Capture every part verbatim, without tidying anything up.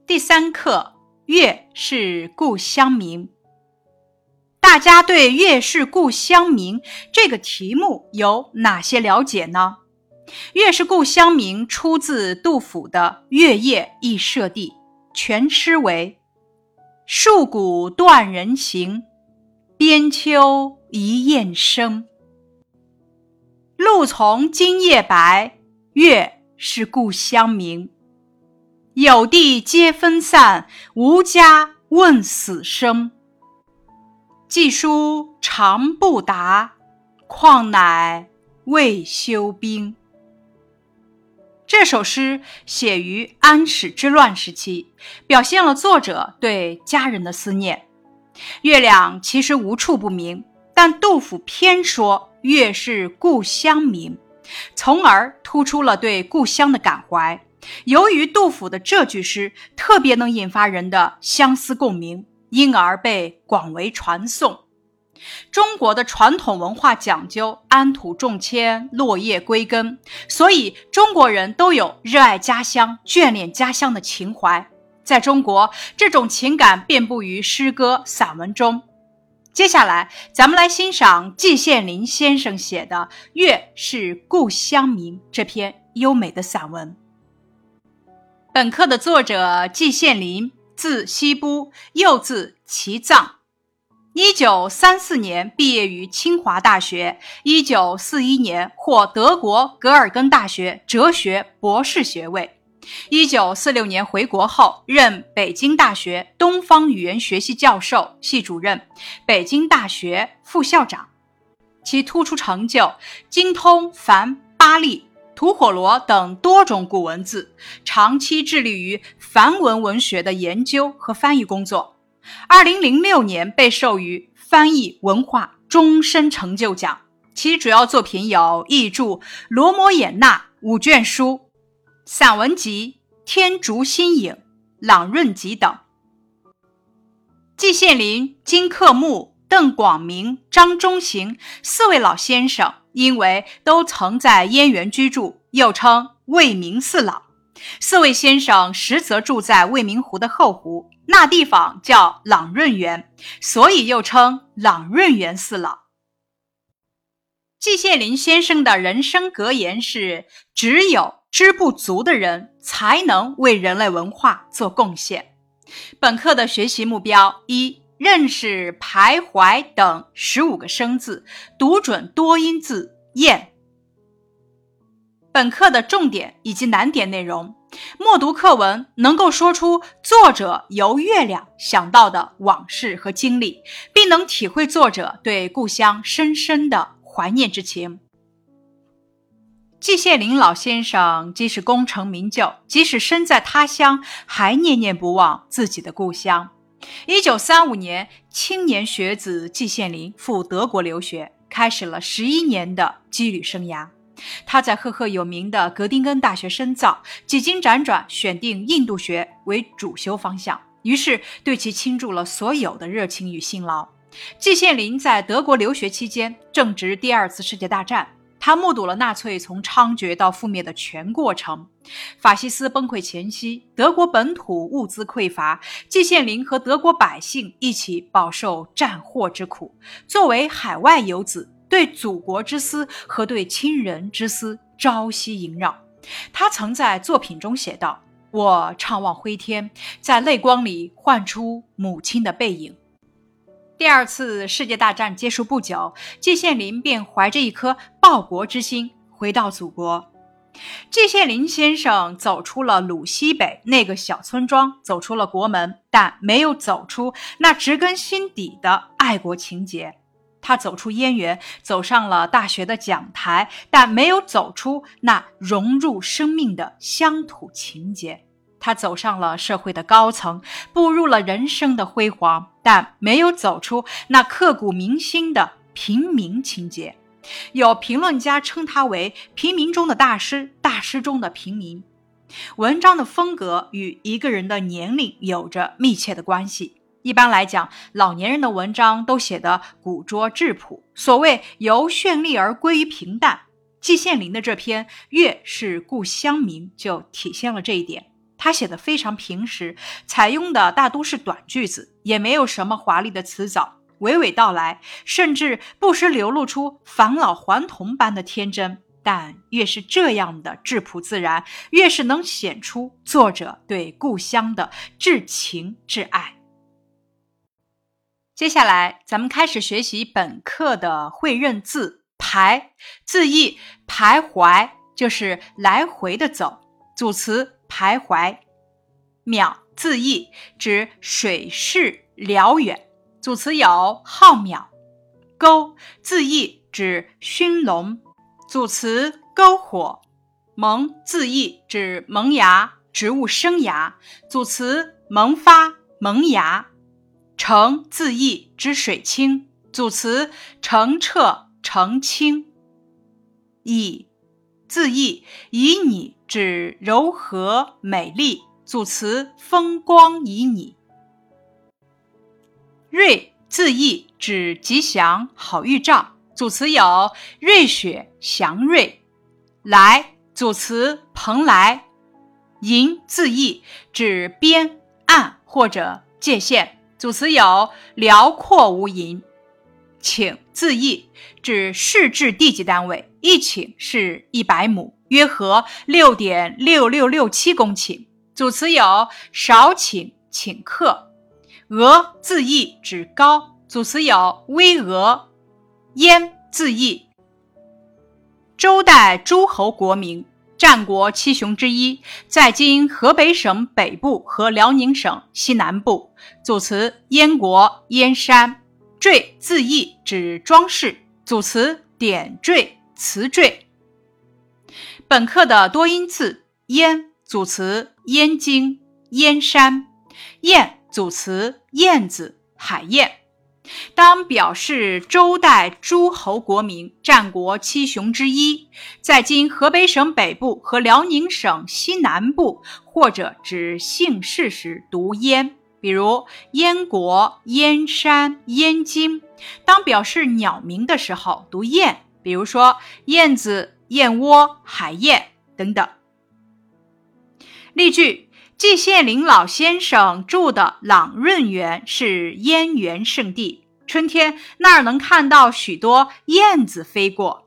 第三课，月是故乡明。大家对月是故乡明这个题目有哪些了解呢？月是故乡明出自杜甫的《月夜忆舍弟》，全诗为：戍鼓断人行，边秋一雁声。露从今夜白，月是故乡明。有地皆分散，无家问死生。寄书长不达，况乃未休兵。这首诗写于安史之乱时期，表现了作者对家人的思念。月亮其实无处不明，但杜甫偏说月是故乡明，从而突出了对故乡的感怀。由于杜甫的这句诗特别能引发人的相思共鸣，因而被广为传颂。中国的传统文化讲究安土重迁，落叶归根，所以中国人都有热爱家乡、眷恋家乡的情怀。在中国，这种情感遍布于诗歌、散文中。接下来，咱们来欣赏季羡林先生写的《月是故乡明》这篇优美的散文。本课的作者季羡林，字希波，又字齐藏。一九三四年毕业于清华大学，一九四一年获德国格尔根大学哲学博士学位。一九四六年回国后，任北京大学东方语言学系教授、系主任，北京大学副校长。其突出成就精通梵、巴利、吐火罗等多种古文字，长期致力于梵文文学的研究和翻译工作。二零零六年被授予翻译文化终身成就奖，其主要作品有译著《罗摩衍那》五卷书、散文集《天竺新影》、《朗润集》等。季羡林、金克木、邓广明、张中行四位老先生，因为都曾在燕园居住，又称未名四老。四位先生实则住在未名湖的后湖，那地方叫朗润园，所以又称朗润园四老。季羡林先生的人生格言是：只有知不足的人才能为人类文化做贡献。本课的学习目标：一、认识徘徊等十五个生字，读准多音字雁。本课的重点以及难点内容：默读课文能够说出作者由月亮想到的往事和经历，并能体会作者对故乡深深的怀念之情。季羡林老先生即使功成名就，即使身在他乡，还念念不忘自己的故乡。一九三五年，青年学子季羡林赴德国留学，开始了十一年的羁旅生涯。他在赫赫有名的格丁根大学深造，几经辗转选定印度学为主修方向，于是对其倾注了所有的热情与辛劳。季羡林在德国留学期间正值第二次世界大战，他目睹了纳粹从猖獗到覆灭的全过程。法西斯崩溃前夕，德国本土物资匮乏，季羡林和德国百姓一起饱受战祸之苦。作为海外游子，对祖国之思和对亲人之思朝夕萦绕。他曾在作品中写道：我怅望灰天，在泪光里唤出母亲的背影。第二次世界大战结束不久，季羡林便怀着一颗报国之心回到祖国。季羡林先生走出了鲁西北那个小村庄，走出了国门，但没有走出那植根心底的爱国情结。他走出燕园，走上了大学的讲台，但没有走出那融入生命的乡土情结。他走上了社会的高层，步入了人生的辉煌，但没有走出那刻骨铭心的平民情结。有评论家称他为平民中的大师，大师中的平民。文章的风格与一个人的年龄有着密切的关系。一般来讲，老年人的文章都写得古拙质朴，所谓由绚丽而归于平淡。季羡林的这篇《月是故乡明》就体现了这一点。 他写的非常平实，采用的大都是短句子，也没有什么华丽的辞藻，娓娓道来，甚至不时流露出返老还童般的天真。但越是这样的质朴自然，越是能显出作者对故乡的至情至爱。接下来咱们开始学习本课的会认字。徘，字义徘徊，就是来回的走，组词徘徊。渺，字义指水势辽远，组词有浩渺。篝，字义指熏笼，组词篝火。萌，字义指萌芽，植物生芽，组词萌发萌芽。澄，字义指水清，组词澄澈澄清。旖，字义旖旎指柔和美丽，组词风光旖旎。瑞，字义指吉祥好预兆，组词有瑞雪祥瑞。来，组词蓬莱。银，字义指边岸或者界限，组词有辽阔无垠。顷，字义指市制地级单位，一顷是一百亩，约合 六点六六六七公顷，组词有少顷顷刻。峨，字义指高，组词有巍峨。燕，字义周代诸侯国名，战国七雄之一，在今河北省北部和辽宁省西南部，组词燕国燕山。坠，字义指装饰，组词点缀词缀。本课的多音字燕，组词燕京燕山。燕，组词燕子海燕。当表示周代诸侯国名，战国七雄之一，在今河北省北部和辽宁省西南部，或者指姓氏时读燕，比如燕国燕山燕京。当表示鸟名的时候读燕，比如说燕子燕窝海燕等等。例句，季羡林老先生住的朗润园是燕园圣地，春天那儿能看到许多燕子飞过。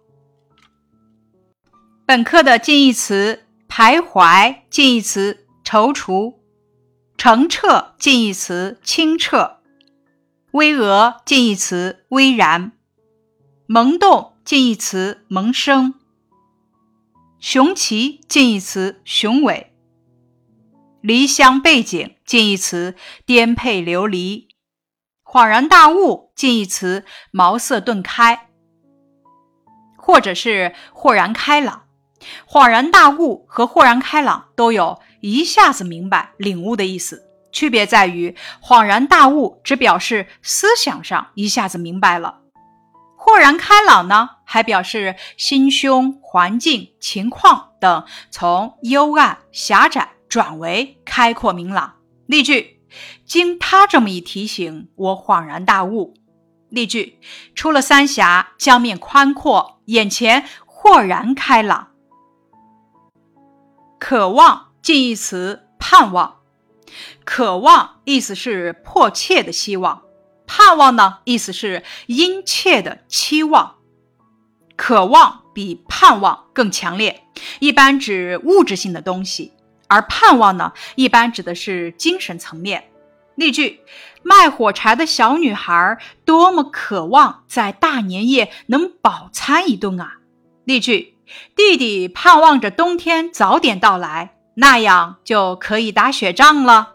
本课的近义词徘徊，近义词踌躇。澄澈，近义词清澈。巍峨，近义词巍然。萌动，近义词萌生。雄奇，近义词雄伟。离乡背景，近义词颠沛流离。恍然大悟，近义词茅塞顿开，或者是豁然开朗。恍然大悟和豁然开朗都有一下子明白领悟的意思，区别在于恍然大悟只表示思想上一下子明白了，豁然开朗呢还表示心胸环境情况等从幽暗狭窄转为开阔明朗。例句，经他这么一提醒，我恍然大悟。例句，出了三峡，江面宽阔，眼前豁然开朗。渴望，近义词盼望。渴望意思是迫切的希望，盼望呢意思是殷切的期望。渴望比盼望更强烈，一般指物质性的东西，而盼望呢一般指的是精神层面。例句，卖火柴的小女孩多么渴望在大年夜能饱餐一顿啊。例句，弟弟盼望着冬天早点到来，那样就可以打雪仗了。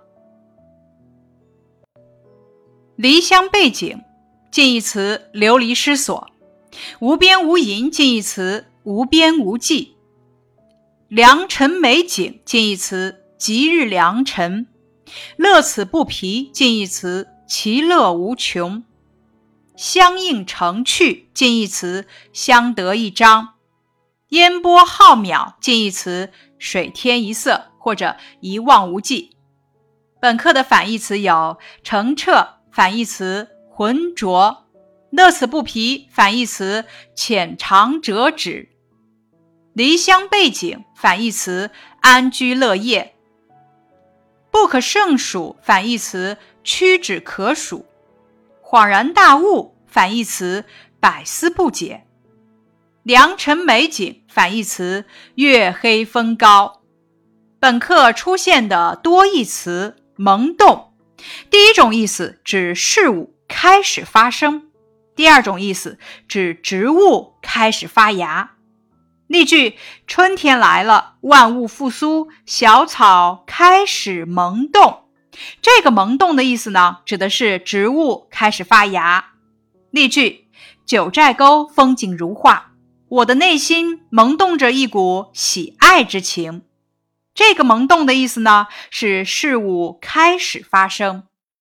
离乡背景，近义词流离失所。无边无垠，近义词无边无际。良辰美景，近义词吉日良辰。乐此不疲，近义词其乐无穷。相映成趣，近义词相得益彰。烟波浩渺，近义词水天一色或者一望无际。本课的反义词有澄澈，反义词浑浊。乐此不疲，反义词浅尝辄止。离乡背景，反义词安居乐业。 不可胜数反义词屈指可数，恍然大悟反义词百思不解，良辰美景反义词月黑风高。本课出现的多义词萌动，第一种意思指事物开始发生，第二种意思指植物开始发芽。例句：春天来了，万物复苏，小草开始萌动。这个萌动的意思呢，指的是植物开始发芽。例句：九寨沟风景如画，我的内心萌动着一股喜爱之情。这个萌动的意思呢，是事物开始发生。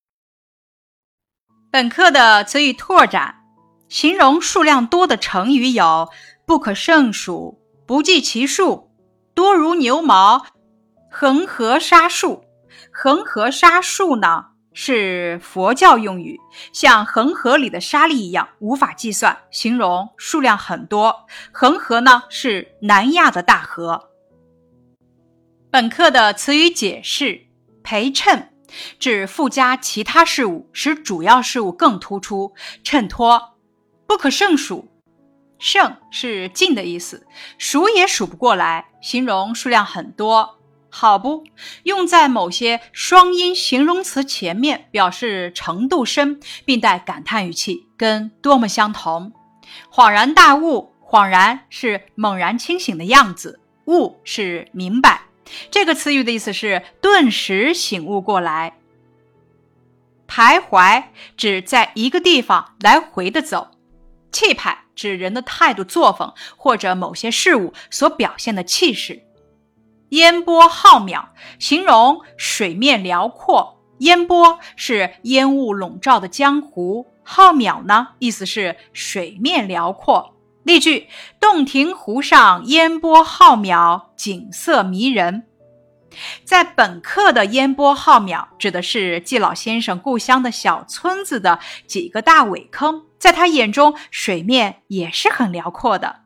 本课的词语拓展，形容数量多的成语有不可胜数、不计其数、多如牛毛、恒河沙数。恒河沙数呢，是佛教用语，像恒河里的沙粒一样无法计算，形容数量很多。恒河呢，是南亚的大河。本课的词语解释，陪衬，指附加其他事物，使主要事物更突出，衬托。不可胜数，胜是尽的意思，数也数不过来，形容数量很多。好不，用在某些双音形容词前面，表示程度深，并带感叹语气，跟多么相同。恍然大悟，恍然是猛然清醒的样子，悟是明白。这个词语的意思是顿时醒悟过来。徘徊指在一个地方来回的走。气派指人的态度作风或者某些事物所表现的气势。烟波浩渺形容水面辽阔，烟波是烟雾笼罩的江湖，浩渺呢，意思是水面辽阔。例句：洞庭湖上烟波浩渺，景色迷人。在本课的烟波浩渺指的是季老先生故乡的小村子的几个大苇坑，在他眼中水面也是很辽阔的。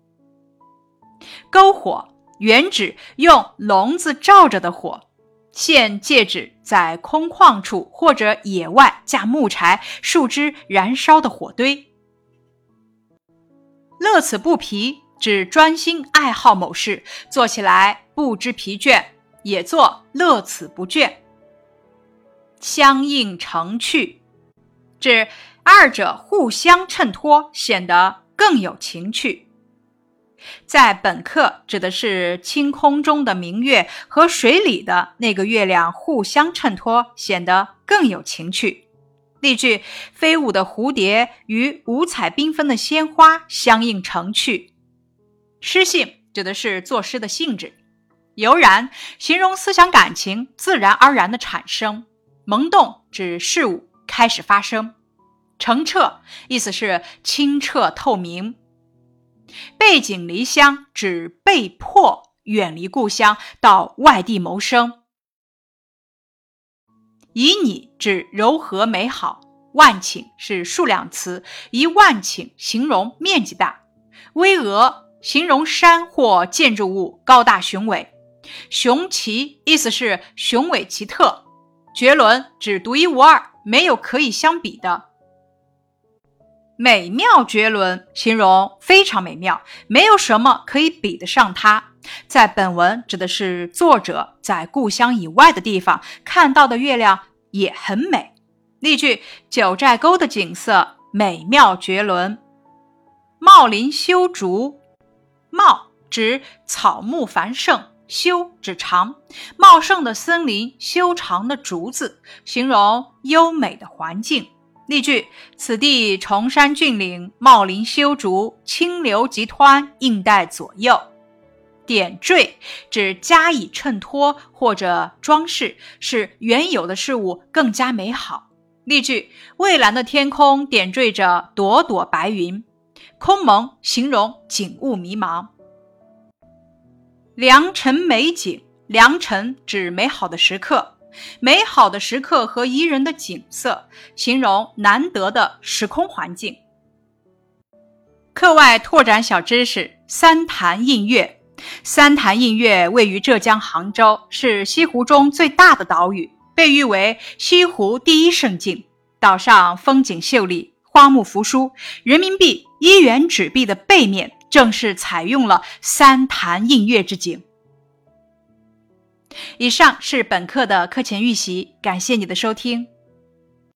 篝火原指用笼子罩着的火，现借指在空旷处或者野外架木柴、树枝燃烧的火堆。乐此不疲指专心爱好某事，做起来不知疲倦，也做乐此不倦。相映成趣指二者互相衬托，显得更有情趣。在本课指的是清空中的明月和水里的那个月亮互相衬托，显得更有情趣。例句：飞舞的蝴蝶与五彩缤纷的鲜花相映成趣。诗性指的是作诗的性质。悠然形容思想感情自然而然的产生。萌动指事物开始发生。澄澈意思是清澈透明。背井离乡指被迫远离故乡到外地谋生。旖旎指柔和美好。万顷是数量词，一万顷形容面积大。巍峨形容山或建筑物高大雄伟。雄奇意思是雄伟奇特。绝伦指独一无二，没有可以相比的。美妙绝伦形容非常美妙，没有什么可以比得上它。在本文指的是作者在故乡以外的地方看到的月亮也很美。例句：九寨沟的景色美妙绝伦。茂林修竹，茂指草木繁盛，修指长，茂盛的森林，修长的竹子，形容优美的环境。例句：此地崇山峻岭，茂林修竹，清流急湍，映带左右。点缀指加以衬托或者装饰，使原有的事物更加美好。例句：蔚蓝的天空点缀着朵朵白云。空蒙形容景物迷茫。良辰美景，良辰指美好的时刻，美好的时刻和宜人的景色，形容难得的时空环境。课外拓展小知识：三潭印月。 三潭印月位于浙江杭州，是西湖中最大的岛屿，被誉为西湖第一胜境。岛上风景秀丽，花木扶疏，人民币一元纸币的背面正是采用了三潭印月之景。以上是本课的课前预习，感谢你的收听。